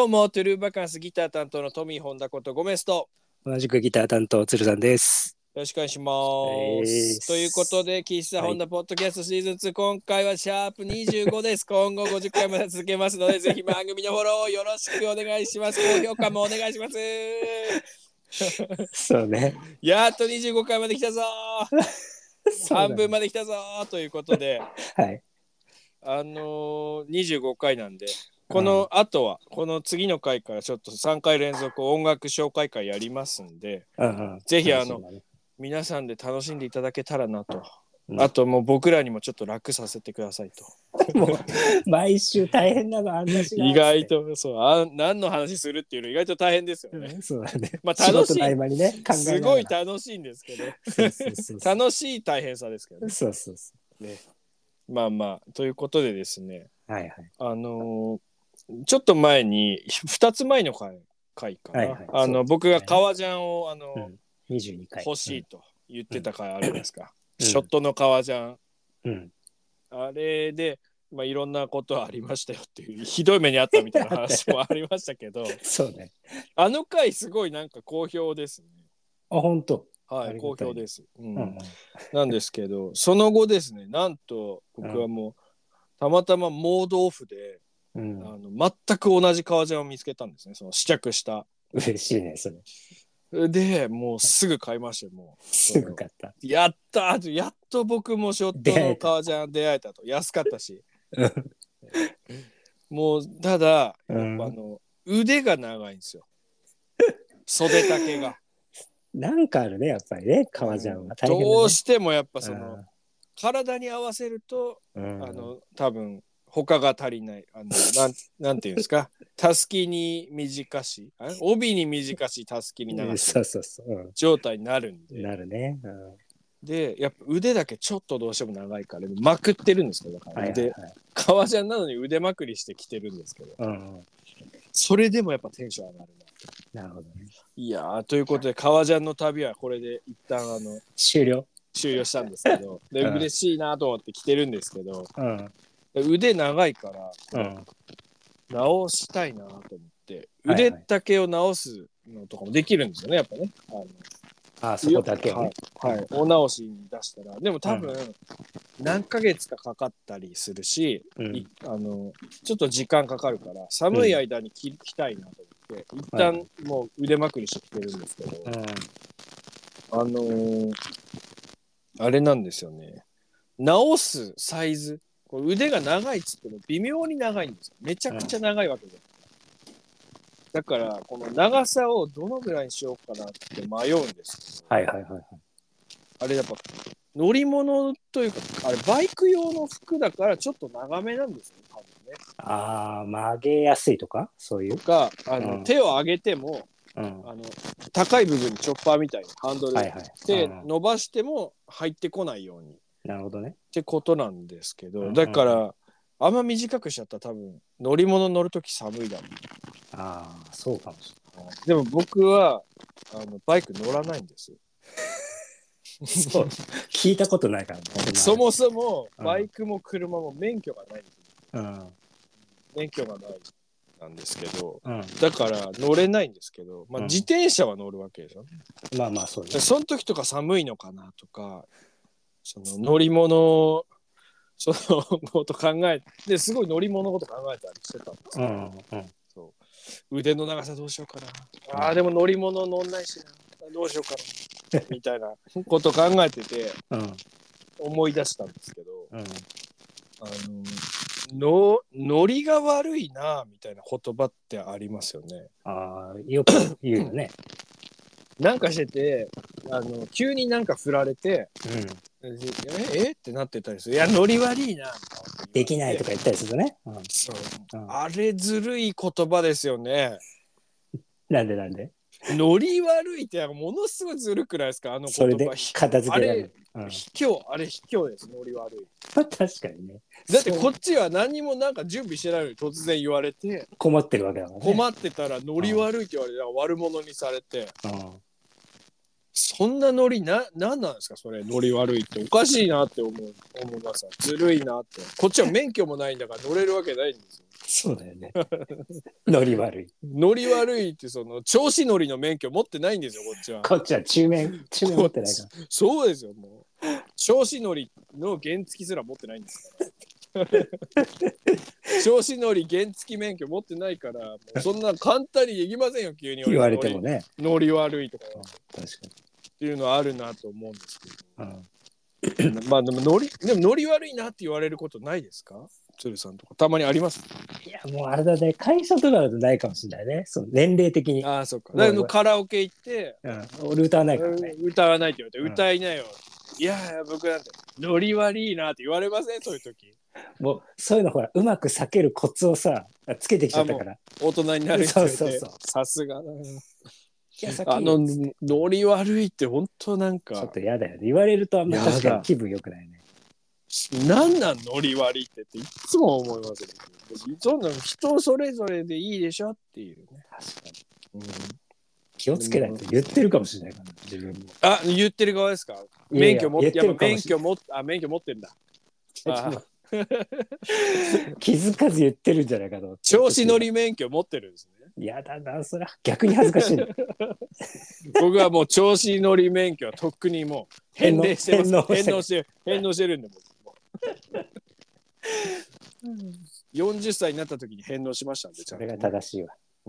どうもトゥルーバカンスギター担当のトミー・ホンダことゴメスと同じくギター担当鶴さんです。 よろしくお願いします。ということで喫茶ホンダポッドキャストシーズン2、今回はシャープ25です。今後50回まで続けますのでぜひ番組のフォローをよろしくお願いします。高評価もお願いします。 そうね。 やっと25回まで来たぞ半分まで来たぞということで、 はい。 25回なんでこの後はこの次の回からちょっと3回連続音楽紹介会やりますんで、ぜひ皆さんで楽しんでいただけたらなと、あともう僕らにもちょっと楽させてくださいと。 もう毎週大変なの話が意外とそう何の話するっていうの意外と大変ですよね。 そうだね。 まあ楽しい、 仕事の合間にね、 すごい楽しいんですけど楽しい大変さですけどね。 そうそうそうね。まあまあということでですね、 はいはい、 ちょっと前に2つ前の回かな、はいはい、僕が革ジャンを 22回欲しいと言ってた回あるじゃないですか、ショットの革ジャン、あれで、まあ、いろんなことありましたよっていうひどい目にあったみたいな話もありましたけどそうね、 あの回すごいなんか好評ですね。 あ、本当。 はい、好評です、なんですけどその後ですね、なんと僕はもう、たまたまモードオフで全く同じ革ジャンを見つけたんですね。その試着した。 嬉しいねそれでもうすぐ買いまして、もうすぐ買った。 やったー、やっと僕もショットの革ジャン出会えたと。安かったしもうただやっぱ腕が長いんですよ袖丈がなんかあるねやっぱりね、革ジャンは大変だね。 どうしてもやっぱその体に合わせると多分他が足りない、なんていうんですかたすきに短し帯に短したすきに長し状態になるんで、 なるね、 でやっぱ腕だけちょっとどうしても長いからまくってるんですけど、だから腕、革ジャンなのに腕まくりしてきてるんですけど、それでもやっぱテンション上がるな。 なるほどね。 いやということで革ジャンの旅はこれで一旦終了したんですけどで嬉しいなと思って着てるんですけど、腕長いから直したいなと思って、腕丈を直すのとかもできるんですよね、やっぱね。 そこだけをね、 お直しに出したらでも多分何ヶ月かかかったりするし、ちょっと時間かかるから寒い間に着たいなと思って、一旦もう腕まくりしてきてるんですけど、あれなんですよね、直すサイズ、これ腕が長いっつっても微妙に長いんですよ。めちゃくちゃ長いわけじゃない。だからこの長さをどのぐらいにしようかなって迷うんですけど、あれやっぱ乗り物というかあれバイク用の服だからちょっと長めなんですよね、多分ね。 曲げやすいとかそういうか手を上げても、高い部分にチョッパーみたいにハンドルで伸ばしても入ってこないように。 なるほどね。 ってことなんですけど、だからあんま短くしちゃったら多分乗り物乗るとき寒いだろう。 そうかもしれない。 でも僕はバイク乗らないんですよ。 そう聞いたことないからね。 そもそもバイクも車も免許がないんですよ。免許がないなんですけど、だから乗れないんですけど、自転車は乗るわけでしょ。 そうね。 その時とか寒いのかなとか、その乗り物そのこと考えて、すごい乗り物のこと考えたりしてたんですけど、そう腕の長さどうしようかな、でも乗り物乗んないしな、どうしようかなみたいなこと考えてて、思い出したんですけど、ノリが悪いなみたいな言葉ってありますよね。 よく言うよね。 なんかしてて急になんか振られて、ってなってたりする。いやノリ悪いなできないとか言ったりするとね。 あれずるい言葉ですよね。 なんでノリ悪いってものすごいずるくないですか、あの言葉。 それで片付けられる。 卑怯です、ノリ悪い。 確かにね。 だってこっちは何もなんか準備してないのに突然言われて困ってるわけだからね。 困ってたらノリ悪いって言われて悪者にされて、 そんなノリなんなんですかそれ。ノリ悪いっておかしいなって思いますわ。ずるいなって。こっちは免許もないんだから乗れるわけないんですよ。 そうだよね。ノリ悪い。 ノリ悪いってその調子乗りの免許持ってないんですよこっちは。 こっちは中面持ってないから。 そうですよもう。調子乗りの原付すら持ってないんですから。調子乗り原付免許持ってないからもうそんな簡単にできませんよ急に言われてもね。 ノリ悪いとか確かっていうのはあるなと思うんですけど、 に。 まあでもノリ悪いなって言われることないですか鶴さんとかたまにあります。 いや、もうあれだね。会社とかだとないかもしれないね。そう、年齢的に。 ああそっか。だからカラオケ行って、 俺歌わないからね。 歌わないって言われて、歌いなよ。いや僕なんてノリ悪いなって言われませんそういう時。 もうそういうのほらうまく避けるコツをさつけてきちゃったから。 大人になるそうさすがだな。 ノリ悪いって本当なんかちょっと嫌だよね。言われるとあんま確かに気分良くないね。 なんノリ悪いっていつも思いますけど、そんな人それぞれでいいでしょっていうね。 確かに。気をつけないと言ってるかもしれないから、自分も。 あ、言ってる側ですか。免許持ってるんだ。 気づかず言ってるんじゃないかと。 調子乗り免許持ってるんですね。 いやだな、それは逆に恥ずかしい。 僕はもう調子乗り免許はとっくにもう返納してます。返納してるんでも40歳になった時に返納しましたんで。 それが正しいわ。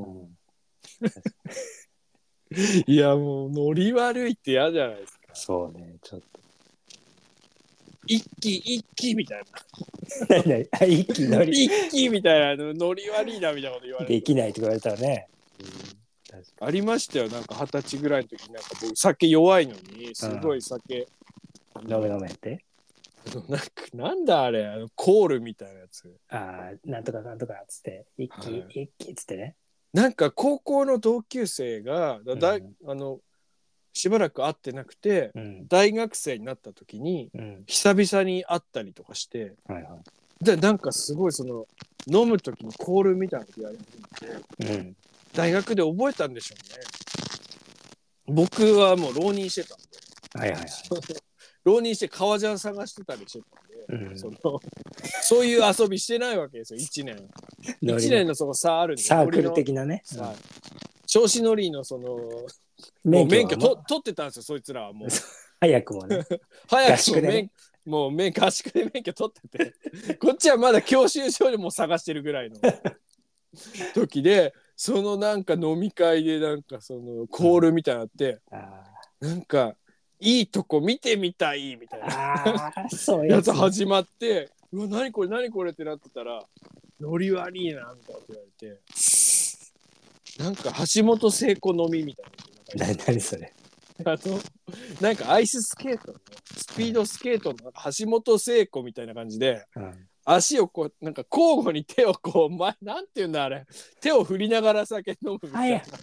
いやもうノリ悪いって嫌じゃないですか。 そうね、ちょっと一気みたいな一気ノリ一気みたいなノリ悪いなみたいなこと言われて、 できないと言われたらね、 ありましたよ。なんか20歳ぐらいの時なんか僕酒弱いのにすごい酒、 飲めってなんだあれコールみたいなやつ、 なんとかなんとかっつって一気っつってね。 なんか高校の同級生がしばらく会ってなくて、大学生になった時に、久々に会ったりとかして、でなんかすごいその飲む時にコールみたいなのやり始めて、大学で覚えたんでしょうね。僕はもう浪人してたんで、浪人して革ジャン探してたりしてたんで、そういう遊びしてないわけですよ。1年のその差あるんで、 サークル的なね、 調子乗りのその免許取ってたんですよ。そいつらはもう早くもね早くもう合宿で免許取っててこっちはまだ教習所でも探してるぐらいの時で、そのなんか飲み会でなんかそのコールみたいなのあって、なんかいいとこ見てみたいみたいなやつ始まって、うわ何これってなってたら、ノリ悪いなみたいなって言われて、なんか橋本聖子飲みみたいな。 何それ。 なんかアイススケートのスピードスケートの橋本聖子みたいな感じで、足をこうなんか交互に手をこうなんていうんだあれ、手を振りながら酒飲むみたいな。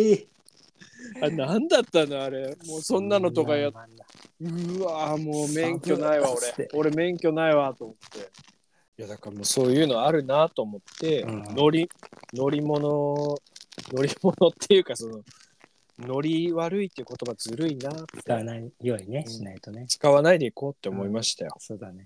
なんだったのあれ。もうそんなのとかうわもう免許ないわ俺免許ないわと思って。いやだからもうそういうのあるなと思って、乗り物っていうかそのノリ悪いっていう言葉ずるいなって。 使わないようにね、しないとね。 使わないでいこうって思いましたよ。 そうだね。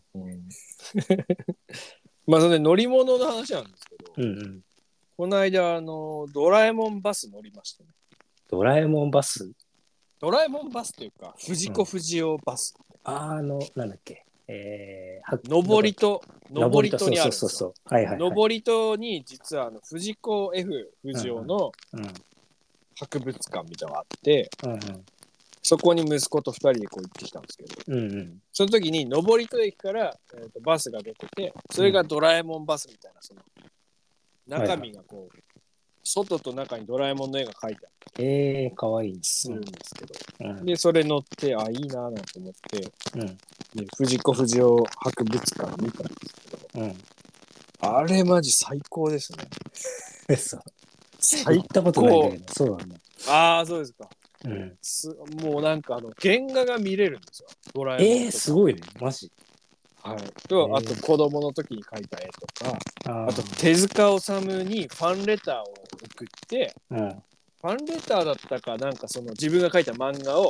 まあそれで乗り物の話なんですけど、この間ドラえもんバス乗りましたね。 ドラえもんバスというか藤子不二雄バス。 なんだっけ。 登り戸にあるんですよ。登り戸に実は藤子 F 不二雄の博物館みたいなのがあって、そこに息子と2人でこう行ってきたんですけど、その時に登り戸駅から、バスが出てて、それがドラえもんバスみたいな、その中身がこう、外と中にドラえもんの絵が描いてあって、 かわいいするんですけど、でそれ乗っていいななんて思って、で藤子不二雄博物館見たんですけど、あれマジ最高ですね。 行ったことないんだけど。そうなんだ。 そうですか。もうなんか原画が見れるんですよ。ドラえもんとか。 すごいね、マジ。 あと子供の時に描いた絵とか、あと手塚治虫にファンレターを送って、ファンレターだったかなんかその自分が描いた漫画を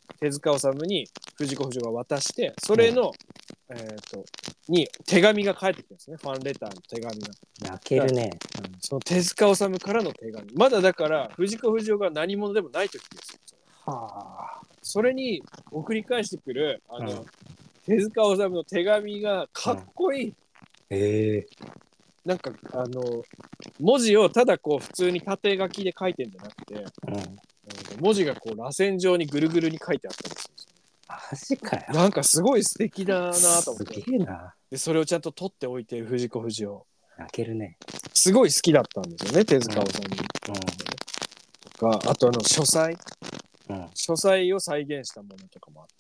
手塚治虫に藤子不二雄が渡して、それの、に手紙が返ってきたんですね。ファンレターの手紙が。 泣けるね。 その手塚治虫からの手紙。まだだから藤子不二雄が何者でもない時ですよ。 はあ。 それに送り返してくるうん手塚治虫の手紙がかっこいい。 へえ。 なんか文字をただこう普通に縦書きで書いてんじゃなくて、文字がこう螺旋状にぐるぐるに書いてあったりするんですよ。 マジかよ。 なんかすごい素敵だなと思っすて。 げえな。 でそれをちゃんと取っておいてる藤子不二雄。 泣けるね。 すごい好きだったんですよね、手塚治虫とか、あと書斎。書斎を再現したものとかもあって、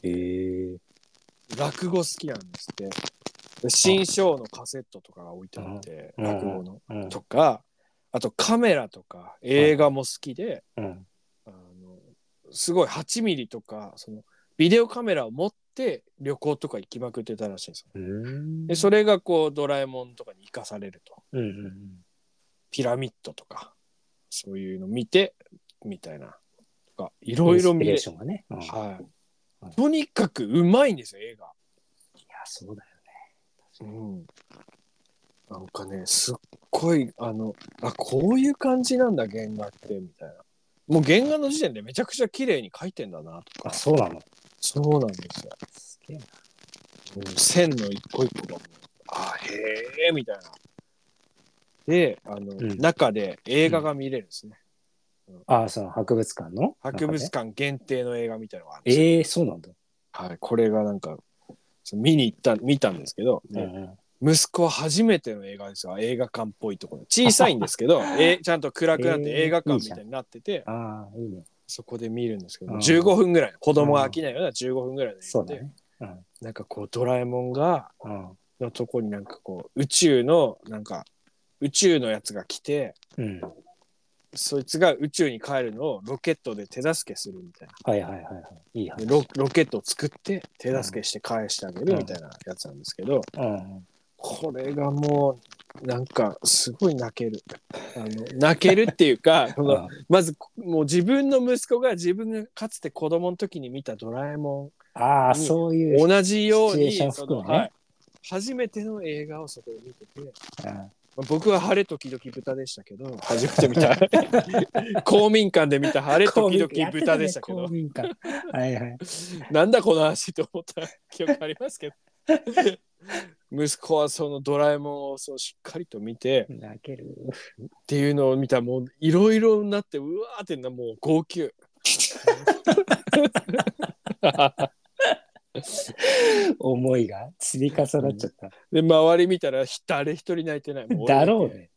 落語好きなんですって。新章のカセットとかが置いてあって、落語の、とか、あとカメラとか映画も好きで、すごい8ミリとかそのビデオカメラを持って旅行とか行きまくってたらしいんですよ。でそれがこうドラえもんとかに生かされると、ピラミッドとかそういうの見てみたいなとかいろいろ見れる。はい。とにかくうまいんですよ映画。 いやそうだよね。なんかねすっごいこういう感じなんだ原画ってみたいな。もう原画の時点でめちゃくちゃ綺麗に描いてんだなとか。 そうなの。 そうなんですよ。 すげえな。 線の一個一個がもうへえみたいな。で中で映画が見れるんですね。 その博物館の博物館限定の映画みたいなのがあるんですよ。 そうなんだ。 はい、これがなんか見たんですけど、息子は初めての映画ですよ。映画館っぽいところ。小さいんですけど、ちゃんと暗くなって映画館みたいになってて、 いいね。 そこで見るんですけど、15分ぐらい、子供が飽きないような15分ぐらいの映画で、なんかこうドラえもんがのとこになんかこう宇宙のやつが来て、そいつが宇宙に帰るのをロケットで手助けするみたいな。いいロケットを作って手助けして返してあげるみたいなやつなんですけど、これがもうなんかすごい泣ける。泣けるっていうかまずもう自分の息子が自分がかつて子供の時に見たドラえもんに同じように初めての映画をそこで見てて、僕は晴れ時々豚でしたけど、初めて見た公民館で見た晴れ時々豚でしたけど、なんだこの話と思った記憶ありますけど息子はそのドラえもんをしっかりと見てっていうのを見たらもういろいろになってうわーってもう号泣思いが積み重なっちゃった。 で周り見たら誰一人泣いてない。もうだろうね。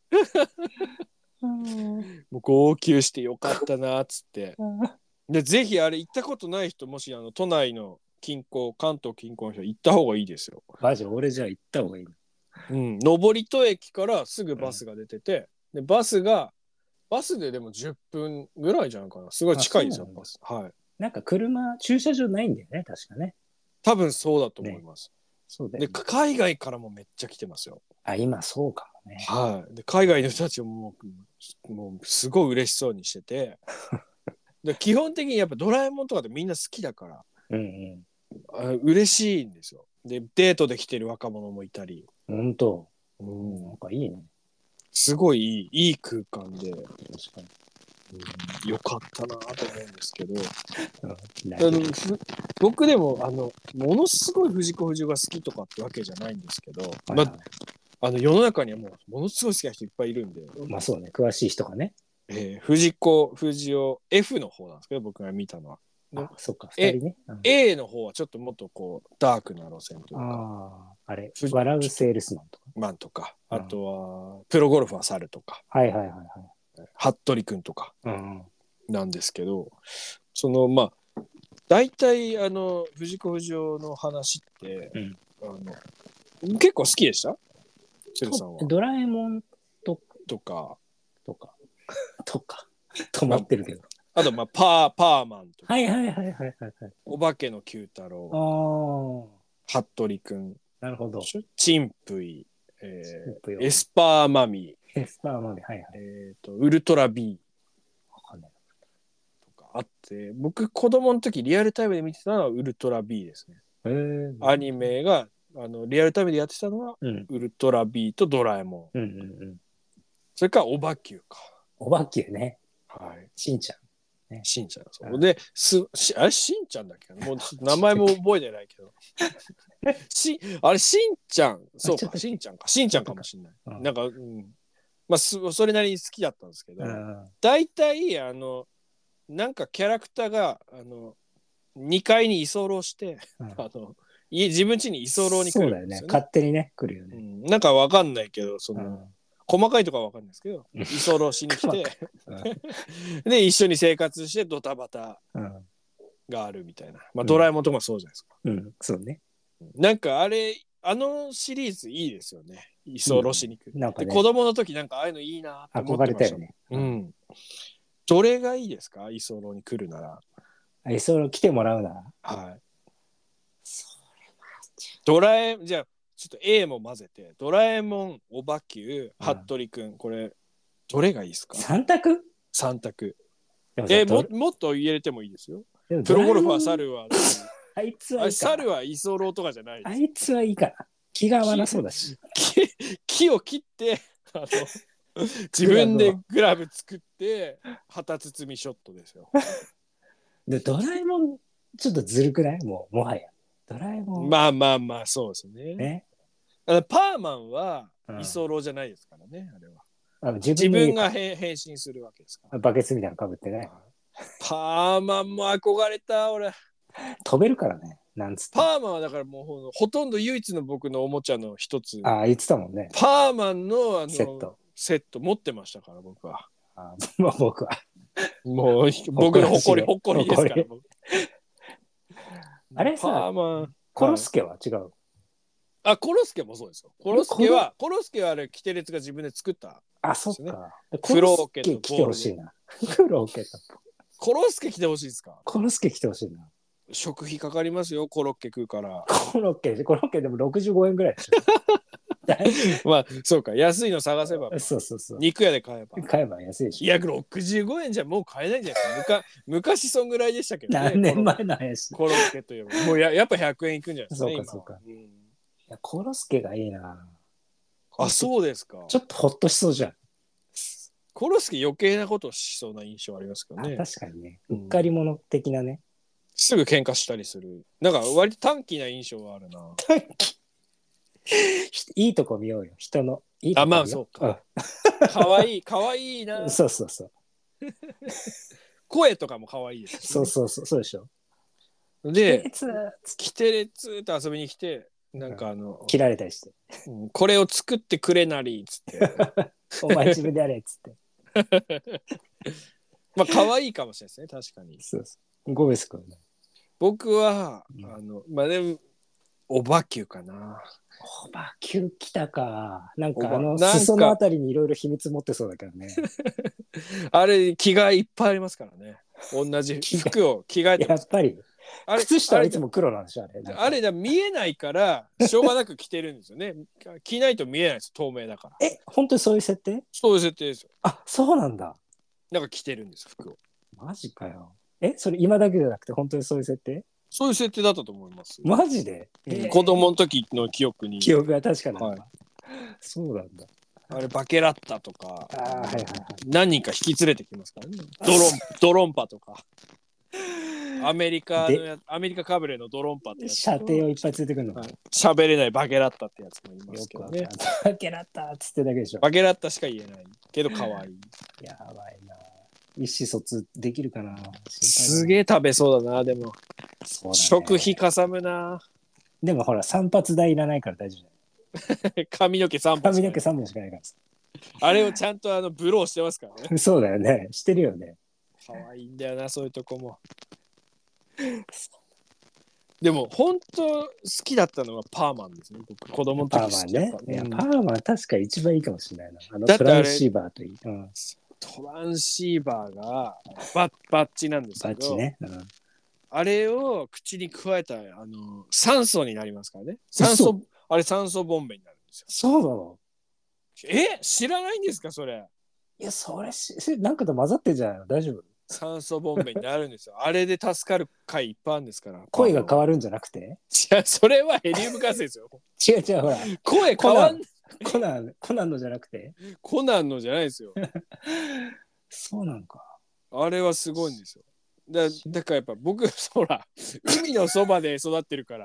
もう号泣してよかったなっつってでぜひあれ行ったことない人もし都内の近郊関東近郊の人行った方がいいですよ。 マジ俺じゃあ行った方がいい。 登戸駅からすぐバスが出てて、でバスででも10分ぐらいじゃないかな。すごい近いですよバス。はい。 なんか駐車場ないんだよね確かね。 多分そうだと思います。 そうだよね。 で海外からもめっちゃ来てますよ。 今そうかもね。 はい。で海外の人たちももうすごい嬉しそうにしててで基本的にやっぱドラえもんとかってみんな好きだから嬉しいんですよ。でデートで来てる若者もいたり。 本当。なんかいいね。 すごいいい空間で確かに、よかったなと思うんですけど、僕でもものすごい藤子不二雄が好きとかってわけじゃないんですけど、世の中にはものすごい好きな人いっぱいいるんで、 そうね、詳しい人がね。 藤子不二雄 F の方なんですけど、僕が見たのは。 そっか、2人ね。 A の方はちょっともっとこうダークな路線というか、 笑うセールスマンとか、あとはプロゴルファー猿とか、服部くんとかなんですけど、大体藤子不二雄の話って、結構好きでした？鶴さんは。 ドラえもんとか止まってるけど。 あとパーマンとか。お化けの Q 太郎。服部くん。 なるほど。 チンプイ。エスパーマミ。 エスパーマミ。 ウルトラ B。とか。 あって、僕子供の時リアルタイムで見てたのはウルトラ B ですね。アニメがリアルタイムでやってたのは、 うん。 ウルトラ B とドラえもん。 うんうんうん。 それからオバキューか。 おばきゅうね。 はい。 しんちゃん。 しんちゃん。そうで、あれしんちゃんだっけな、もうちょっと名前も覚えてないけど。あれしんちゃん。そうか、しんちゃんか。しんちゃんかもしれない。なんか、まあそれなりに好きだったんですけど、大体なんかキャラクターが2階に居候して、自分家に居候に来るんですよね。 そうだよね。勝手にね、来るよね。 なんかわかんないけど、細かいとかはわかんないですけど、居候しに来て、で、一緒に生活してドタバタがあるみたいな。まあ、ドラえもんとかそうじゃないですか。 うん、そうね。 なんかあれ、シリーズいいですよね。居候しに来る。 なんかね、 で、子供の時なんかああいうのいいなって思ってました。 憧れたよね。 うん。どれがいいですか、居候に来るなら。 居候来てもらうなら。 はい。 そじゃあ、ちょっと A も混ぜて、ドラえもん、おばきゅう、服部くん、これ、どれがいいですか ?3 択 ?3 択。もっと入れてもいいですよ。プロゴルファー、猿は。 あいつはいいか猿は居候とかじゃないです。 あいつはいいかな。気が合わなそうだし。 木を切って、自分でグラブ作って、旗包みショットですよ。 で、ドラえもん、ちょっとずるくない？もはや。ドラえもん。 まあ、そうですね。パーマンは居候じゃないですからね、あれは。自分が変身するわけですから。 バケツみたいなのかぶってね。 パーマンも憧れた、俺。 飛べるからね、なんつって。 パーマンはだからもうほとんど唯一の僕のおもちゃの一つ。 言ってたもんね。 パーマンのセット持ってましたから、僕は。 僕は。 もう僕の誇りですから。 あれさ、コロスケは違う。 コロスケもそうですよ。コロスケはあれ、キテレツが自分で作った。 そっか。 コロスケと来てほしいな。コロスケ来てほしいですか？ コロスケ来てほしいな。 食費かかりますよ、コロッケ食うから。 コロッケでも65円ぐらいでしょ。まあ、そうか、安いの探せば。 そう。 肉屋で買えば安いでしょ。 いや、65円じゃもう買えないんじゃないですか。昔そんぐらいでしたけどね。 何年前の話。 コロッケといえば。もうやっぱ100円いくんじゃないですか。 そうか。コロスケがいいな。 そうですか。 ちょっとほっとしそうじゃん。 コロスケ余計なことしそうな印象ありますけどね。 確かにね。うっかり者的なね。 すぐ喧嘩したりする。なんか割と短気な印象はあるな。 短気いいとこ見ようよ。人のいいとこ見よう。 そうか。かわいいな。 そう。 声とかもかわいいです、 ね。そうでしょ。 で、キテレツと遊びに来て、なんか切られたりして。 これを作ってくれなりっつって。 お前自分でやれっつって。 まあ可愛いかもしれないですね、確かに。 ゴメス君ね。 僕は、まあでも、オバキューかな。 オバキュー来たか。なんか裾のあたりにいろいろ秘密持ってそうだけどね。 あれ、着替えいっぱいありますからね。同じ服を着替えてやっぱり。靴下はいつも黒なんでしょ、 あれ見えないから、しょうがなく着てるんですよね。着ないと見えないです、透明だから。 本当にそういう設定？ そういう設定ですよ。 そうなんだ。 なんか着てるんです、服を。 マジかよ。それ今だけじゃなくて本当にそういう設定？ そういう設定だったと思います。 マジで？ 子供の時の記憶が確かに。そうなんだ。 あれバケラッタとか、何人か引き連れてきますからね。ドロンパとか。アメリカかぶれのドロンパってやつ。 射程をいっぱいついてくるの。 喋れないバケラッタってやつもいますけどね。 バケラッタっつってだけでしょ。 バケラッタしか言えないけど可愛い。 やばいな。意思疎通できるかな。 すげえ食べそうだな、でも。食費かさむな。 でもほら、散髪代いらないから大丈夫。 髪の毛3本。 髪の毛3本しかないから。 あれをちゃんとブローしてますからね。 そうだよね。してるよね。 可愛いんだよな、そういうとこも。でも本当好きだったのはパーマンですね。僕子供の時好きだった。 パーマン確か一番いいかもしれないな。トランシーバーといい。 トランシーバーがバッチなんですけど。 バッチね。 あれを口に加えたら酸素になりますからね。酸素ボンベになるんですよ。 そうなの？ 知らないんですかそれ？ いや、それなんかと混ざってんじゃないの？大丈夫？ 酸素ボンベになるんですよ。あれで助かる回いっぱいあるんですから。 声が変わるんじゃなくて？ いや、それはヘリウムガスですよ。 違う違う、ほら。 声変わんコナンのじゃなくて？ コナンのじゃないですよ。 そうなんか。 あれはすごいんですよ。だからやっぱ僕、ほら、海のそばで育ってるから、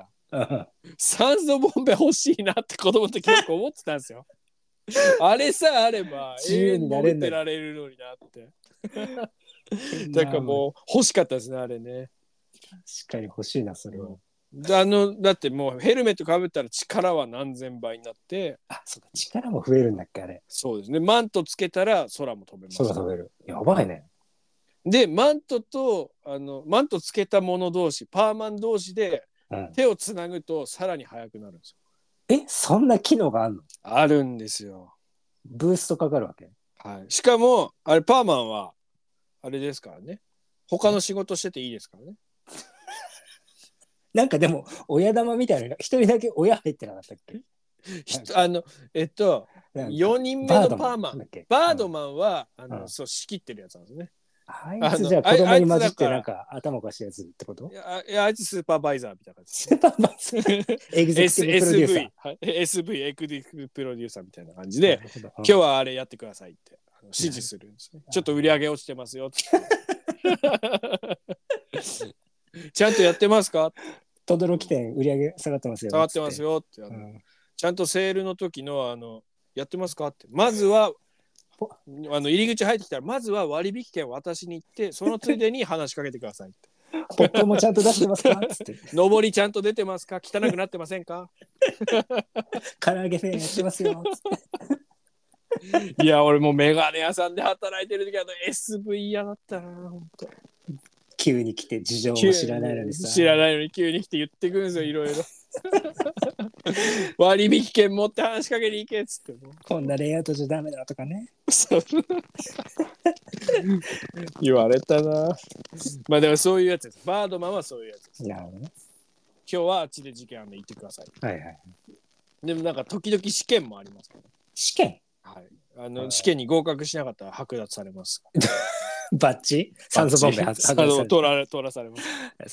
酸素ボンベ欲しいなって子供の時よく思ってたんですよ。あれさあれば永遠に飲めてられるのになって。だからもう欲しかったですね、あれね。 確かに欲しいな、それは。 だってもうヘルメットかぶったら力は何千倍になって、 あ、そうか、力も増えるんだっけ、あれ。 そうですね。マントつけたら空も飛べます。 空飛べる。やばいね。 でマントとマントつけた者同士、パーマン同士で手をつなぐとさらに速くなるんですよ。そんな機能があるの？ あるんですよ。 ブーストかかるわけ？ はい。しかもあれパーマンはあれですからね。他の仕事してていいですからね。 なんかでも親玉みたいな一人だけ親入ってなかったっけ 4人目のパーマンバードマンはそう仕切ってるやつなんですね。 あいつじゃあ子供に混じってなんか頭おかしいやつってこと？ いやあいつスーパーバイザーみたいな感じ。 スーパーバイザーエグゼクティブプロデューサー SV エグゼクティブプロデューサーみたいな感じで、今日はあれやってくださいって指示するんですね。ちょっと売り上げ落ちてますよってちゃんとやってますか？ 轟店売り上げ下がってますよ。 下がってますよって、ちゃんとセールの時のやってますかって。まずは入り口入ってきたらまずは割引券を渡しに行ってそのついでに話しかけてくださいって。 ポップもちゃんと出してますかっつって。 上りちゃんと出てますか？汚くなってませんか？ 唐揚げフェンやってますよっつって。いや俺もうメガネ屋さんで働いてる時SV 嫌だったな本当。 急に来て事情も知らないのにさ。 知らないのに急に来て言ってくるんですよ、いろいろ。割引券持って話しかけに行けっつっても。 こんなレイアウトじゃダメだとかね。 言われたな。まあでもそういうやつです。バードマンはそういうやつです。 なるほどね。 今日はあっちで事件あんで行ってください。 はいはい。 でもなんか時々試験もありますから。 試験？ はい。試験に合格しなかったら剥奪されます。 バッチ？酸素ボンベ外される。 取らされます。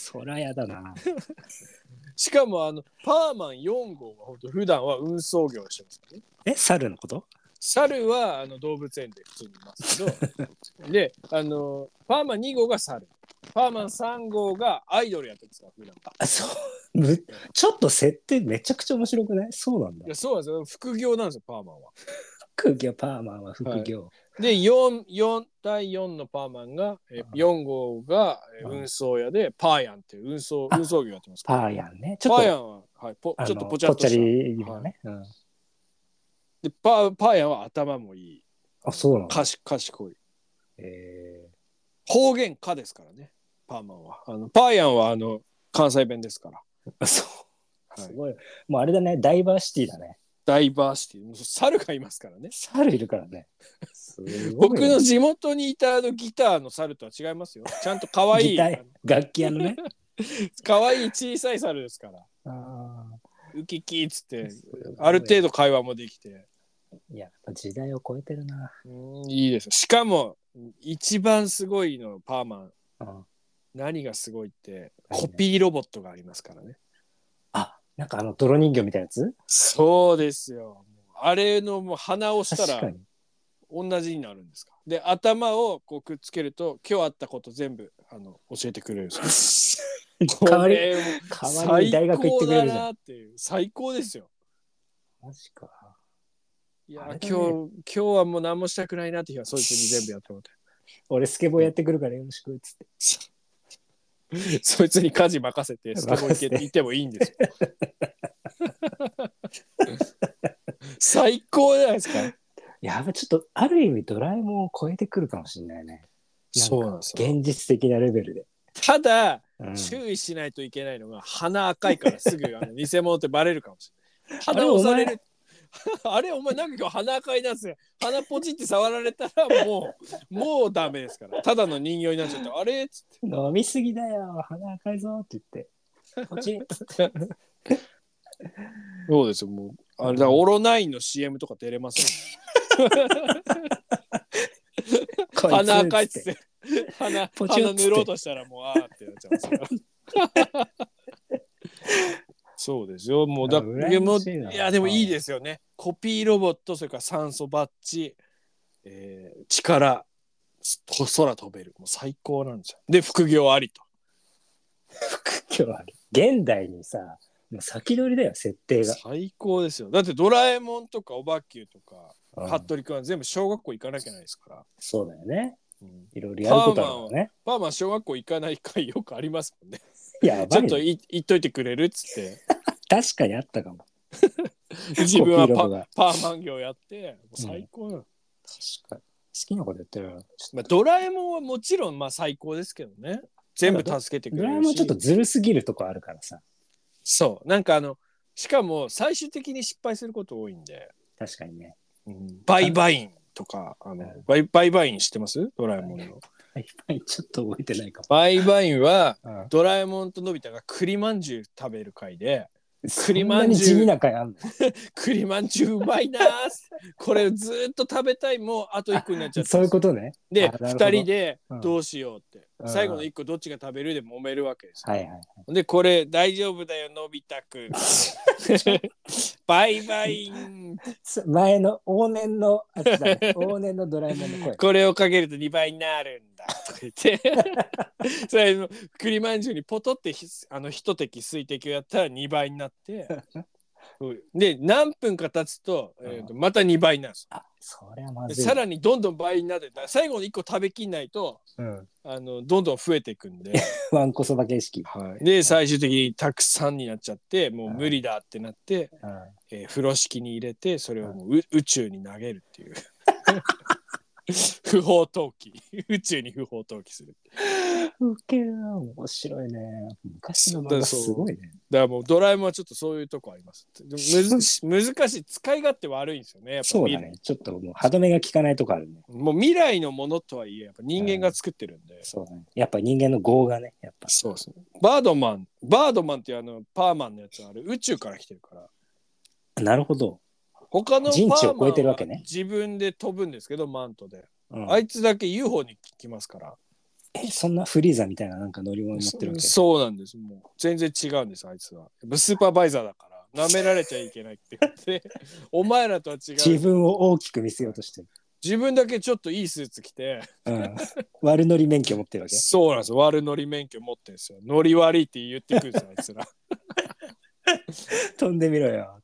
そらやだな。 しかもパーマン4号は本当普段は運送業をしてますからね。 猿のこと？ 猿は動物園で普通にいますけどでパーマン2号が猿、パーマン3号がアイドルやってるんですか普段。 そうちょっと設定めちゃくちゃ面白くない？そうなんだ。 いやそうなんですよ、副業なんですよパーマンは。 副業、パーマンは副業、はい、 で第4のパーマンが4号が運送屋でパーヤンっていう運送業やってます。 パーヤンね。 パーヤンは、はい、ちょっとぽちゃっとした、 ね、 でパーヤンは頭もいい。 あ、そうなの？ 賢い。方言家ですからねパーマンは。パーヤンは関西弁ですから。 そう、すごい。もうあれだね、ダイバーシティだね。 ダイバーシティ、猿がいますからね。 猿いるからね。 僕の地元にいたギターの猿とは違いますよ。ちゃんと可愛い楽器屋のね。 可愛い小さい猿ですから。ウキキっつってある程度会話もできて。 いや、時代を超えてるな。 いいです。しかも一番すごいのパーマン。何がすごいってコピーロボットがありますからね。 なんか泥人形みたいなやつ？ そうですよ。あれのもう鼻をしたら同じになるんですか。で頭をこうくっつけると今日あったこと全部教えてくれるんですよ。 代わりに大学行ってくれるじゃん。 最高ですよ。 マジか。 いや、ね、今日はもう何もしたくないなって日はそいつに全部やってもらって。 俺スケボーやってくるからよろしくっつって。 そいつに家事任せてスケボー行ってもいいんですよ。最高じゃないですか。 やば、ちょっとある意味ドラえもんを超えてくるかもしれないね。 そうなんですよ。 現実的なレベルで。 ただ、注意しないといけないのが鼻赤いからすぐ偽物ってバレるかもしれない。鼻押される。あれお前なんか今日鼻赤いなんすよ。鼻ポチって触られたらもうダメですから。ただの人形になっちゃってあれっつって。 飲みすぎだよ鼻赤いぞって言ってポチッつって。 そうですよ。もうあれだオロナインの CM とか出れません。鼻赤いっつってポチュッつって鼻塗ろうとしたらもうあーってなっちゃうんですよ。そうですよ。もうだ羨ましいな。 いやでもいいですよね。コピーロボット、それから酸素バッジ、力、空飛べる。もう最高なんですよ。で、副業ありと。 副業ある。現代にさ、もう先取りだよ、設定が。 最高ですよ。だってドラえもんとかおばきゅうとか、 うん服部くんは全部小学校行かなきゃないですから。 そうだよね。 うんいろいろやることあるからね。 パーマン小学校行かない回よくありますもんね。 やばいね。 ちょっと言っといてくれるっつって。 確かにあったかも。 自分はコピーロボがパーマン業やってもう最高なの、 確かに。好きなことやってる。 まあ、ドラえもんはもちろんまあ最高ですけどね。全部助けてくドラえれるし。 もんちょっとずるすぎるとこあるからさ。 そうなんかしかも最終的に失敗すること多いんで、 確かにね。 バイバインとかバイバイン知ってますドラえもんの。 ちょっと覚えてないかも。 バイバインはうんドラえもんとのび太が栗まんじゅう食べる回で、 栗まんじゅう。地味な回あんの。 栗まんじゅううまいなーこれずっと食べたい、もうあと1個になっちゃった。 そういうことね。 でなるほど 2人でどうしようって、 うん最後の1個どっちが食べるで揉めるわけですよ、 はいはい。 でこれ大丈夫だよのび太くんバイバイン前の往年のあれだね。往年のドラえもんの声。 これをかけると2倍になるんだとか言ってそれの栗まんじゅうにポトって一滴水滴をやったら2倍になってで何分か経つと、また2倍になるんです。 あ、それはまずい。 さらにどんどん倍になって最後の1個食べきんないと、どんどん増えていくんでわんこそば形式。 はい、で最終的にたくさんになっちゃってもう無理だってなって、風呂敷に入れてそれをもう宇宙に投げるっていう不法投棄宇宙に不法投棄する。 ウケるな、面白いね。昔の漫画すごいね。 だからもうドラえもんはちょっとそういうとこあります。でも難しい、使い勝手悪いんですよね。やっぱそうだね。ちょっともう歯止めが効かないとこあるね。 もう未来のものとはいえやっぱ人間が作ってるんで、 そうだね。やっぱ人間の業がね、やっぱ。 そうですね。バードマンっていうパーマンのやつはあれ宇宙から来てるから。 なるほど。 他のパ人知をーマンは超えてるわけね。 自分で飛ぶんですけどマントで、あいつだけ UFO に来ますから。 そんなフリーザみたいななんか乗り物持ってるわけ。 そうなんです。もう全然違うんですあいつは。スーパーバイザーだから舐められちゃいけないって言ってお前らとは違う。 自分を大きく見せようとしてる。 自分だけちょっといいスーツ着て、 悪乗り免許持ってるわけ。 そうなんですよ。悪乗り免許持ってるんですよ。乗り悪いって言ってくるんですよあいつら。 飛んでみろよ。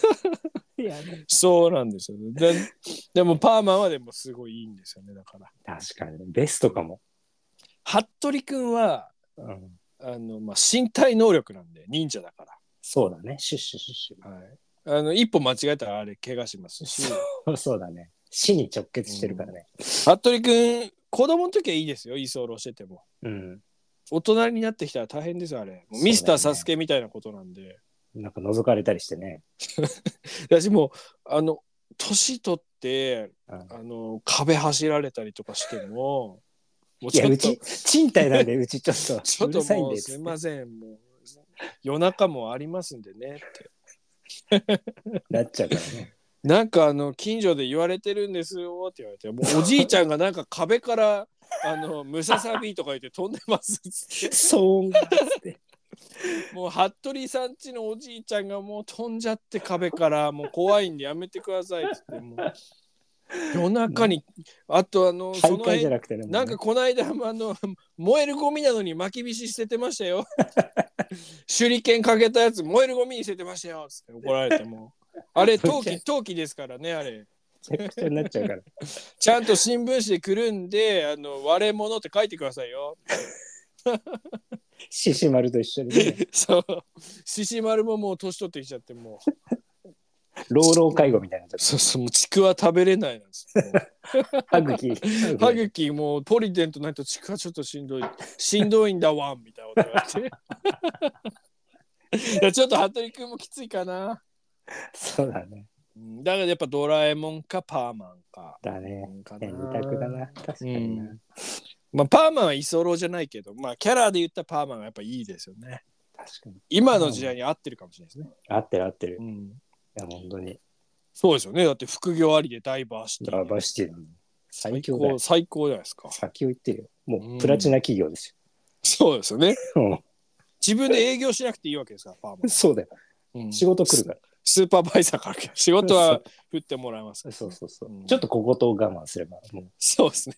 そうなんですよ。でもパーマンはでもすごいいいんですよねだから。 確かにベストかも。 服部くんは、身体能力なんで忍者だから。 そうだね。シュッシュシュッシュ。はい。一歩間違えたらあれ怪我しますし。 そうだね。死に直結してるからね。 服部くん子供の時はいいですよ居候してても。大人になってきたら大変ですよあれ。ミスターサスケみたいなことなんで。 なんか覗かれたりしてね。 私も年取って、壁走られたりとかしても。 いやうち賃貸なんでうちちょっとちょっともうすいませんもう夜中もありますんでねってなっちゃうからね。 なんか近所で言われてるんですよって言われてもうおじいちゃんがなんか壁からムササビとか言って飛んでますっつってそうってもう服部さんちのおじいちゃんがもう飛んじゃって壁からもう怖いんでやめてくださいっつってもう夜中にあとその辺なんかこの間燃えるゴミなのに巻き火捨ててましたよ手裏剣かけたやつ燃えるゴミに捨ててましたよって怒られてもあれ陶器ですからねあれめちゃくちゃになっちゃうからちゃんと新聞紙でくるんで割れ物って書いてくださいよ獅子丸と一緒に、ね、 そう獅子丸ももう年取ってきちゃってもう老老介護みたいな。 そうもうちくわ食べれないなんです歯茎もうポリデントないとちくわちょっとしんどいんだわんみたいなこと言われていやちょっと服部君もきついかな。 そうだね。 だからやっぱドラえもんかパーマンかだね。二択だな。確かにな。 パーマンは居候じゃないけどキャラで言ったパーマンがやっぱいいですよね。 確かに今の時代に合ってるかもしれないですね。 合ってる、いや本当にそうですよね。だって副業ありでダイバーシティだもん。 最強だよ。 最高じゃないですか。 先を言ってるよ。もうプラチナ企業ですそうですよね。 よ。 自分で営業しなくていいわけですから、パーマ。 そうだよ。仕事来るから。 スーパーバイザーから仕事は振ってもらいますから。 そう。ちょっと小言を我慢すればもう。 そうですね。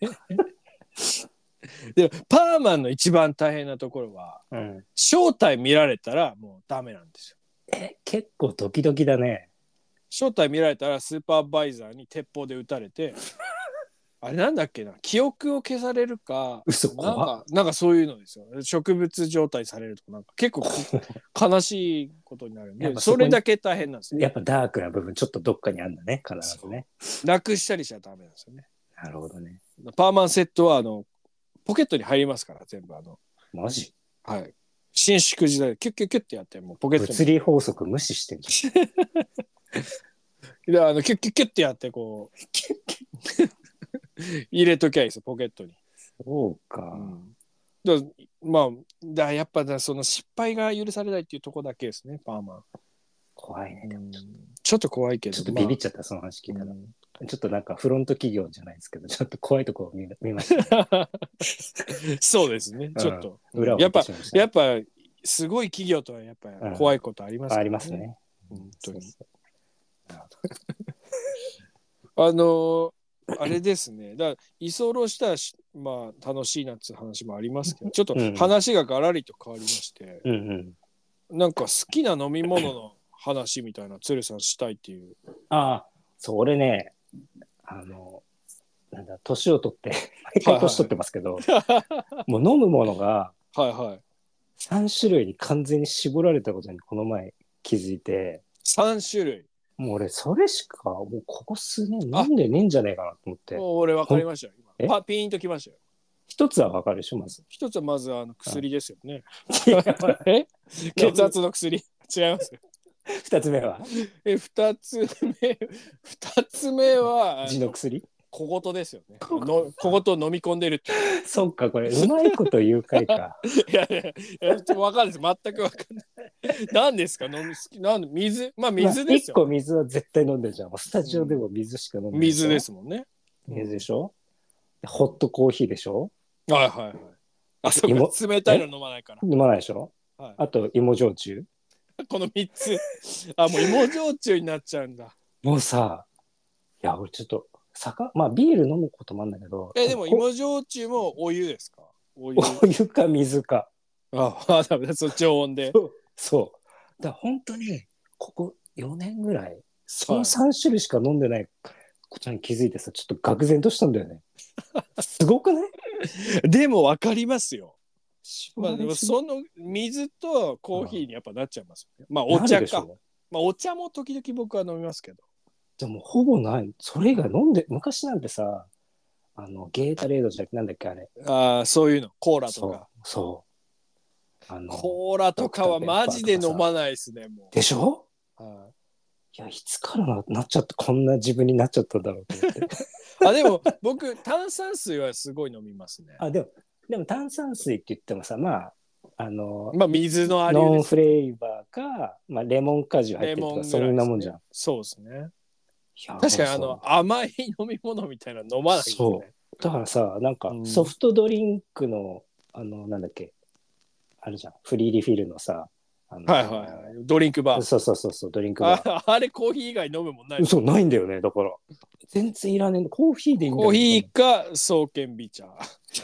でパーマンの一番大変なところは、正体見られたらもうダメなんですよ。 結構ドキドキだね。 正体見られたらスーパーバイザーに鉄砲で撃たれてあれなんだっけな、記憶を消されるか、 嘘、 なんかそういうのですよ。植物状態されるとか、なんか結構悲しいことになるんで、それだけ大変なんですよ。 やっぱダークな部分ちょっとどっかにあるんだね、必ずね。 なくしたりしちゃダメなんですよね。 なるほどね。 パーマンセットはポケットに入りますから、全部マジ？ はい。伸縮時代キュッキュッキュッってやってもうポケットに。 物理法則無視してるじゃん。 でキュッキュッキュッってやってこう入れときゃいいですよ、ポケットに。 そうか。 やっぱその失敗が許されないっていうところだけですね、パーマン。 怖いね。 ちょっっと怖いけど。 ちょっとビビっちゃった、その話聞いたら。ちょっとなんかフロント企業じゃないですけど、ちょっと怖いところを見ました、 そうですね、ちょっと。 裏をやっぱすごい企業とはやっぱ怖いことありますね。 ありますね。 本当に。あれですね。だから居候したら楽しいなっていう話もありますけど、ちょっと話がガラリと変わりまして、なんか好きな飲み物の話みたいな鶴さんしたいっていう。 そう、俺ね、なんだ、年を取って、毎回年取ってますけど、もう飲むものが、3種類に完全に絞られたことにこの前気づいて。 3種類？ もう俺、それしか、もうここ数年飲んでねえんじゃねえかなと思って。 もう俺分かりましたよ。今ピーンときましたよ。 一つは分かるでしょ、まず。 一つはまず薬ですよね。血圧の薬。違いますよ。 二つ目は二つ目は痔の薬。 小言ですよね。小言飲み込んでるって。 そっか、これうまいこと言うかいか。 いや分かんないです。全く分かんない。何ですか、飲み好き。水。水ですよ。 1個水は絶対飲んでるじゃん。スタジオでも水しか飲んでない。 水ですもんね。 水でしょ。ホットコーヒーでしょ。 そうか、冷たいの飲まないから。 飲まないでしょ。あと芋焼酎。 この3つ。もう芋焼酎になっちゃうんだ。 もうさ、いや俺ちょっとビール飲むこともあるんだけど。 でも芋焼酎もお湯ですか？ お湯か水か。 ダメだ、常温で。 そう。だから本当にここ4年ぐらいその3種類しか飲んでないことに気づいてさ、ちょっと愕然としたんだよね。すごくない？ でも分かりますよ。でもその水とコーヒーにやっぱなっちゃいますよね。お茶か。お茶も時々僕は飲みますけど。 でもほぼない。それ以外飲んで、昔なんてさ、ゲータレードじゃなくてなんだっけあれ。 そういうの。コーラとか。 そう。 コーラとかはマジで飲まないですね、もう。 でしょ？いや、いつからなっちゃった、こんな自分になっちゃったんだろうと思って。 でも僕炭酸水はすごい飲みますね。 でも炭酸水って言ってもさ、 水のありノンフレーバーか、レモン果汁入ってるとか、そんなもんじゃん。 そうですね。確かに甘い飲み物みたいなの飲まないですね。 そうだからさ、なんかソフトドリンクのなんだっけあるじゃん、フリーリフィルのさ、 ドリンクバー。 そうドリンクバー。 あれコーヒー以外飲むもんない。 そうないんだよね。だから全然いらねえ。コーヒーでいいんだよ。 コーヒーか爽健美茶。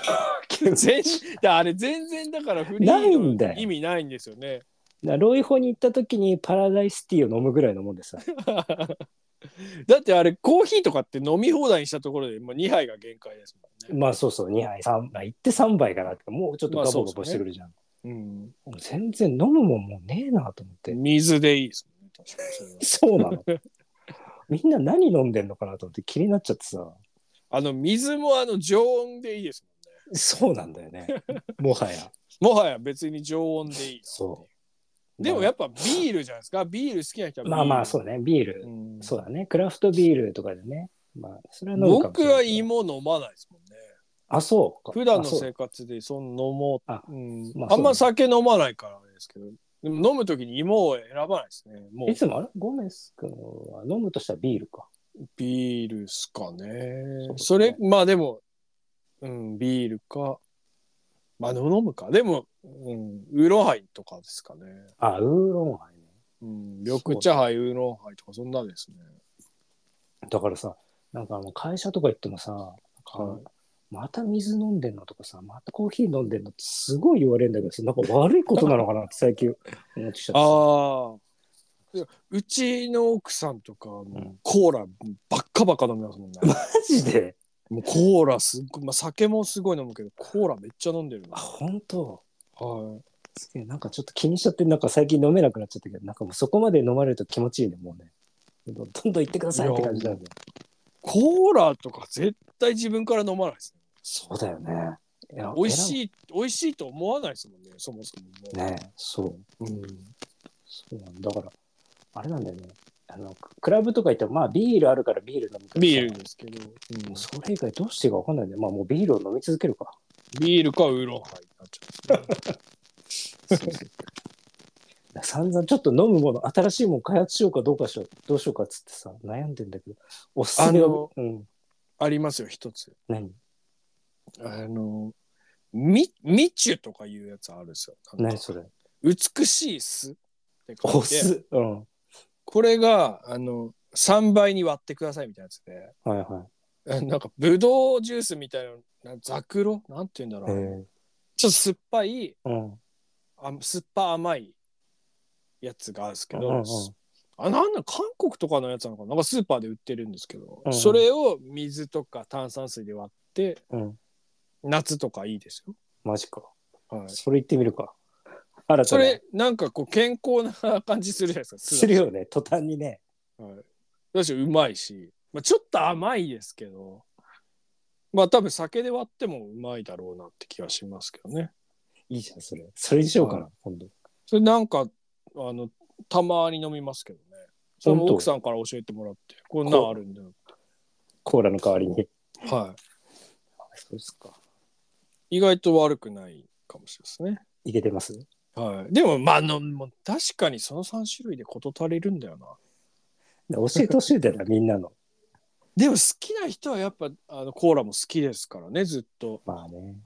あれ全然だからフリーの意味ないんですよね。 ロイホに行った時にパラダイスティーを飲むぐらいのもんでさ。 だってあれコーヒーとかって飲み放題にしたところでもう2杯が限界ですもんね。 そう2杯3杯行って3杯かなって、もうちょっとガボガボしてくるじゃん。全然飲むもんもうねえなと思って。 水でいいですもんね。確かにそうなの。みんな何飲んでんのかなと思って気になっちゃってさ。 水も常温でいいですもんね。 そうなんだよね。もはや別に常温でいい。 そう。 でもやっぱビールじゃないですか。ビール好きな人はビール。 そうね、ビール。そうだね。クラフトビールとかでね。それは飲むかもしれない。 僕は芋飲まないですもんね。 そうか。 普段の生活で飲もう。あんま酒飲まないからですけど。でも飲むときに芋を選ばないですね。 いつもゴメス君は飲むとしたらビールか。 ビールっすかね。 そうですねそれ、まあでも、ビールか。まあ飲むか。でも、ウーロンハイとかですかね。 あ、ウーロンハイね。 緑茶ハイ、ウーロンハイとかそんなですね。 だからさ、なんか会社とか行ってもさ、 はい。 また水飲んでんのとかさ、またコーヒー飲んでんのってすごい言われるんだけどさ、なんか悪いことなのかなって最近思ってきちゃってさ。 ああ。いやうちの奥さんとか、 んコーラばっかばっか飲みますもんね。 マジで。 もうコーラすっごい、まあ酒もすごい飲むけど、コーラめっちゃ飲んでるあ、 な。 本当。 はすげえ、なんかちょっと気にしちゃって、なんか最近飲めなくなっちゃったけど、なんかもうそこまで飲まれると気持ちいいね、もうね。どんどん行ってくだい。 さいって感じなんで。 コーラとか絶対自分から飲まないですね。 そうだよね。いや、 美味しいと思わないですもんね、そもそももう。 ね、そう。 うん。 そうなんだ。だから、あれなんだよね。クラブとか行っても、まあビールあるからビール飲むけどさ、 ビールですけど、 もうそれ以外どうしていいか分かんないんで、まあもうビールを飲み続けるか。 ビールかウーロンハイになっちゃうんですね。 そうそう。散々ちょっと飲むもの、新しいもの開発しようかどうしようかっつってさ、悩んでんだけど、おすすめは、 ありますよ、一つ。 何ミチュとかいうやつあるんですよ。 何それ。 美しい酢って書いて、 お酢。 これが、3倍に割ってくださいみたいなやつで、 はいはなんか、ぶどうジュースみたいな、ザクロなんて言うんだろう。ちょっと酸っぱい、酸っぱ甘いやつがあるんですけど、なんだ、韓国とかのやつなのかな、なんかスーパーで売ってるんですけど、それを水とか炭酸水で割って、夏とかいいですよ。 マジか。 はい。 それ言ってみるか。新たそれ、なんかこう、健康な感じするじゃないですか。 するよね、途端にね。 はい。だし、うまいし、まあ、ちょっと甘いですけど、まあ多分酒で割ってもうまいだろうなって気がしますけどね。 いいじゃん、それ。それにしようかな、 はい今度。 それなんか、たまに飲みますけどね。それも奥さんから教えてもらって、こんなんあるんだよ。 コーラの代わりに。 はい。 そうですか。 意外と悪くないかもしれないですね。 いけてます？ はい。でも、まあもう確かにその3種類で事足りるんだよな。 教えてほしいんだよな、みんなの。 でも好きな人はやっぱコーラも好きですからね、ずっと。 まあね。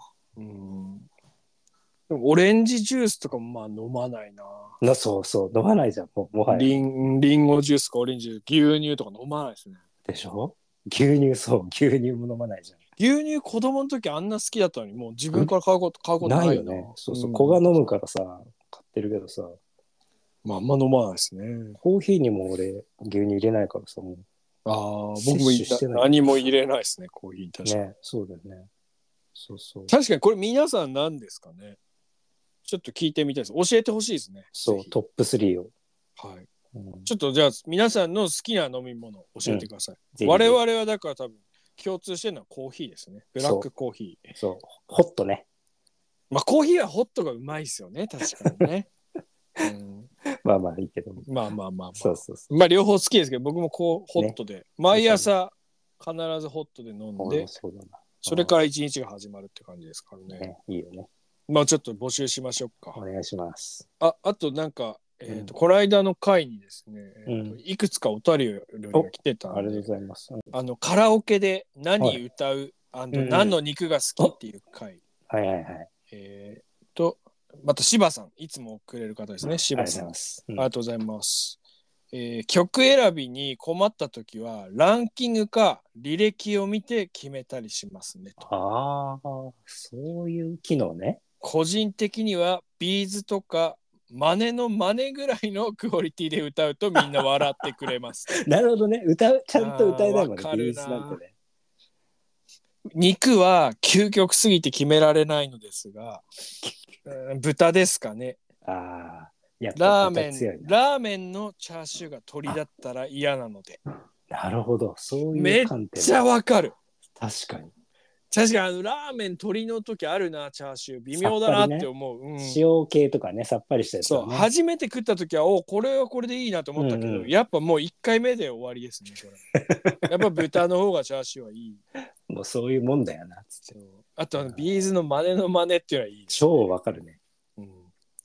でもオレンジジュースとかもまあ飲まないな。 そうそう、飲まないじゃん、もはや。 リンゴジュースかオレンジジュース、牛乳とか飲まないですね。 でしょ？牛乳、そう、牛乳も飲まないじゃん。 牛乳子供の時あんな好きだったのに、もう自分から買うことないな。 ないよね。そうそう、子が飲むからさ、買ってるけどさ、 まあ、あんま飲まないですね。 コーヒーにも俺、牛乳入れないからさ、もう。 ああ、僕も摂取してない何も入れないですね、コーヒーに確かに。 ね、そうだよね。そうそう。 確かにこれ皆さん何ですかね。ちょっと聞いてみたいです。教えてほしいですね。 そう、トップ3を。 はい。 うんちょっとじゃあ皆さんの好きな飲み物教えてください。 ぜひ我々はだから多分共通してるのはコーヒーですね。ブラックコーヒー。 そう、ホットね。 まあコーヒーはホットがうまいですよね。確かにね。 まあまあいいけど。 まあまあまあまあ。 そうそうそう。 まあ両方好きですけど、僕もホットで、毎朝必ずホットで飲んで、 そうだな。 それから一日が始まるって感じですからね。 いいよね。 まあちょっと募集しましょうか。 お願いします。 あとなんか、この間の回にですね、いくつかお便りが来てたんで、 ありがとうございます。 カラオケで何歌う、何の肉が好きっていう回。 はいはいはい。 また柴さん、いつもくれる方ですね、柴さん。ありがとうございます。曲選びに困った時はランキングか履歴を見て決めたりしますねと。 ああ、そういう機能ね。 個人的にはビーズとか真似の真似ぐらいのクオリティで歌うとみんな笑ってくれます。 なるほどね。ちゃんと歌えないもんね。ビーズなんてね。 肉は究極すぎて決められないのですが、豚ですかね。 ああ、やっラぱ豚強いな。 ーメンのチャーシューが鶏だったら嫌なので。 なるほど。そういめっう観点。 ちゃわかる。 確かに。 確かにラーメン鶏の時あるな、チャーシュー微妙だなって思う、 塩系とかね、さっぱりしたやつだね。 そう、初めて食った時はこれはこれでいいなと思ったけど、やっぱもう1回目で終わりですね。やっぱ豚の方がチャーシューはいい。 もうそういうもんだよなつって。 あとビーズの真似の真似っていうのはいい、 超わかるね。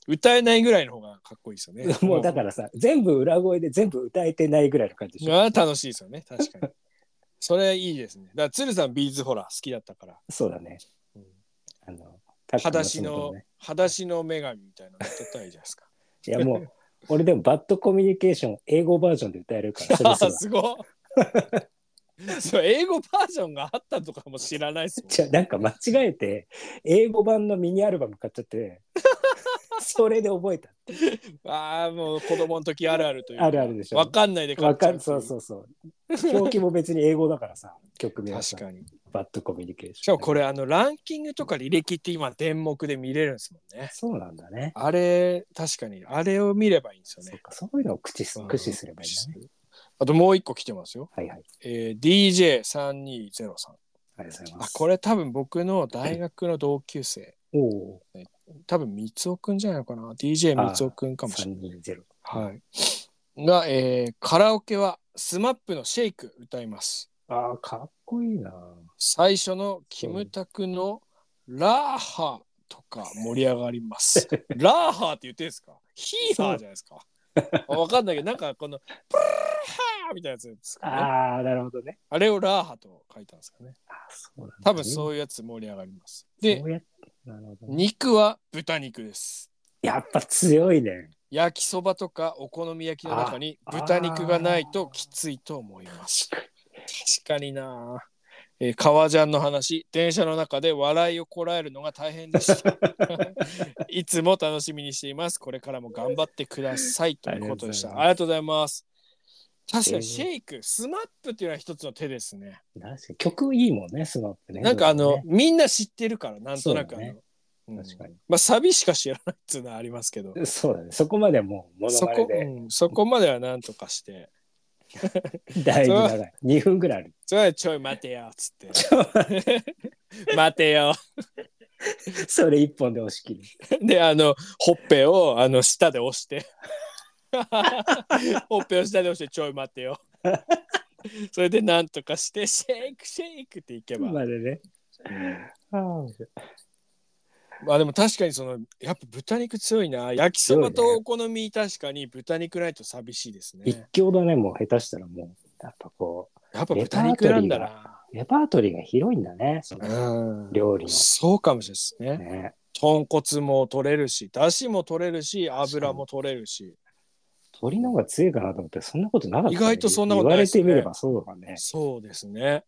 歌えないぐらいの方がかっこいいですよね。 もうだからさ、全部裏声で全部歌えてないぐらいの感じでしょ。 が楽しいですよね。確かに。それいいですね。だから鶴さんビーズホラー好きだったから。 そうだね。 うん裸足の女神みたいなの歌ったらいいじゃないですか。 いやもう、俺でもバッドコミュニケーション英語バージョンで歌えるから、それすらすごい。そう英語バージョンがあったとかも知らないですもん。 じゃあなんか間違えて英語版のミニアルバム買っちゃってそれで覚えた。 ああもう子供の時あるあるというか。 あるあるでしょ。 わかんないで買っちゃう。 そうそうそう。表記も別に英語だからさ、曲名はさ。 確かに。 バッドコミュニケーション。 しかもこれランキングとか履歴って今電目で見れるんですもんね。 そうなんだね。 あれ確かにあれを見ればいいんですよね。 そういうのを駆使すればいいんだね。 あともう一個来てますよ。 はいはい。 DJ3203。 ありがとうございます。 これ多分僕の大学の同級生。 お多分三尾くんじゃないのかな。DJ 三尾くんかもしれない。 320。 はい。が、カラオケはスマップのシェイク歌います。 ああ、かっこいいな。 最初のキムタクのラーハとか盛り上がります。ラーハって言ってんですか？ヒーハーじゃないですか。わかんないけど、なんかこのプルーハーみたいなやつですかね。 ああ、なるほどね。 あれをラーハと書いたんですかね。 そうなんだね。 多分そういうやつ盛り上がります。で、 なるほどね、 肉は豚肉です。 やっぱ強いね。 焼きそばとかお好み焼きの中に豚肉がないときついと思います。確かにな。革ジャンの話、電車の中で笑いをこらえるのが大変でした。いつも楽しみにしています。これからも頑張ってくださいということでした。ありがとうございます。確かにシェイク、スマップっていうのは一つの手ですね。 曲いいもんね、スマップね。 なんかみんな知ってるからなんとなく確かに。まあサビしか知らないっていうのはありますけど。 そうだね。そこまでもうモノマネで。 そこまではなんとかして。 だいぶ長い。2分ぐらいある。 それはちょい待てよっつって。待てよ。 それ一本で押し切る。でほっぺを舌で押して。ほっぺを下で押してちょい待ってよ。それでなんとかしてシェイクシェイクっていけば。 までね。 まあでも確かにやっぱ豚肉強いな。焼きそばとお好み確かに豚肉ないと寂しいですね。 一強だね。もう下手したらもうやっぱこう。 やっぱ豚肉なんだな。 レパートリーが広いんだね。料理の。 そうかもしれないですね。豚骨も取れるし、だしも取れるし、油も取れるし。 鶏の方が強いかなと思ってそんなことなかった、ね、 意外とそんなことないですね。 言われてみればそうだね。 そうですね。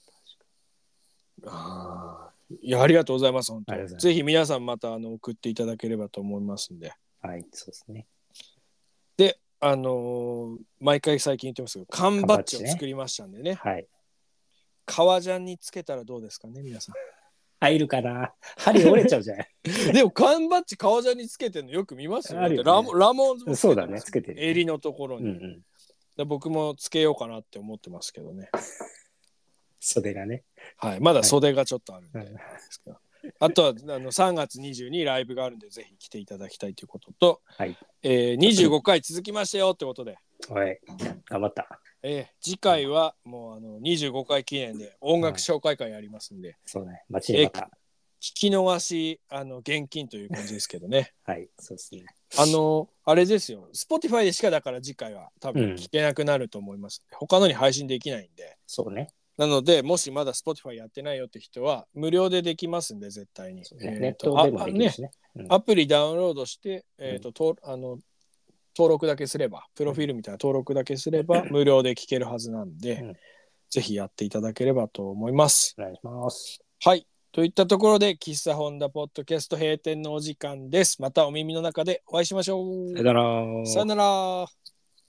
いやありがとうございます本当に。ぜひ皆さんまた送っていただければと思いますんで。 はい、そうですね。 で毎回最近言ってますけど缶バッジを作りましたんでね。 はい。 革ジャンにつけたらどうですかね皆さん。 入るかな。針折れちゃうじゃない。 でも缶バッジ革ジャンにつけてるのよく見ますよ。ね、ラモンズもそうだね、つけてる、ね。 襟のところに、僕もつけようかなって思ってますけどね。 袖がね。 はい、まだ袖がちょっとあるんで、ですけど。あとは3月20にライブがあるんでぜひ来ていただきたいということと、 はい 25回続きましたよってことで。 はい、頑張った。 次回はもう25回記念で音楽紹介会やりますんで、 そうね、待ちに待った。 聞き逃し現金という感じですけどね。 はい、そうですね。 あれですよ、Spotify でしかだから次回は多分聞けなくなると思います。他のに配信できないんで。 そうね。 なのでもしまだ Spotify やってないよって人は無料でできますんで絶対に。 ネットでもできるしね。 アプリダウンロードして、登録だけすればプロフィールみたいな登録だけすれば無料で聞けるはずなんで、ぜひやっていただければと思います。 お願いします。 はい。といったところで喫茶ホンダポッドキャスト閉店のお時間です。またお耳の中でお会いしましょう。 さよなら。 さよなら。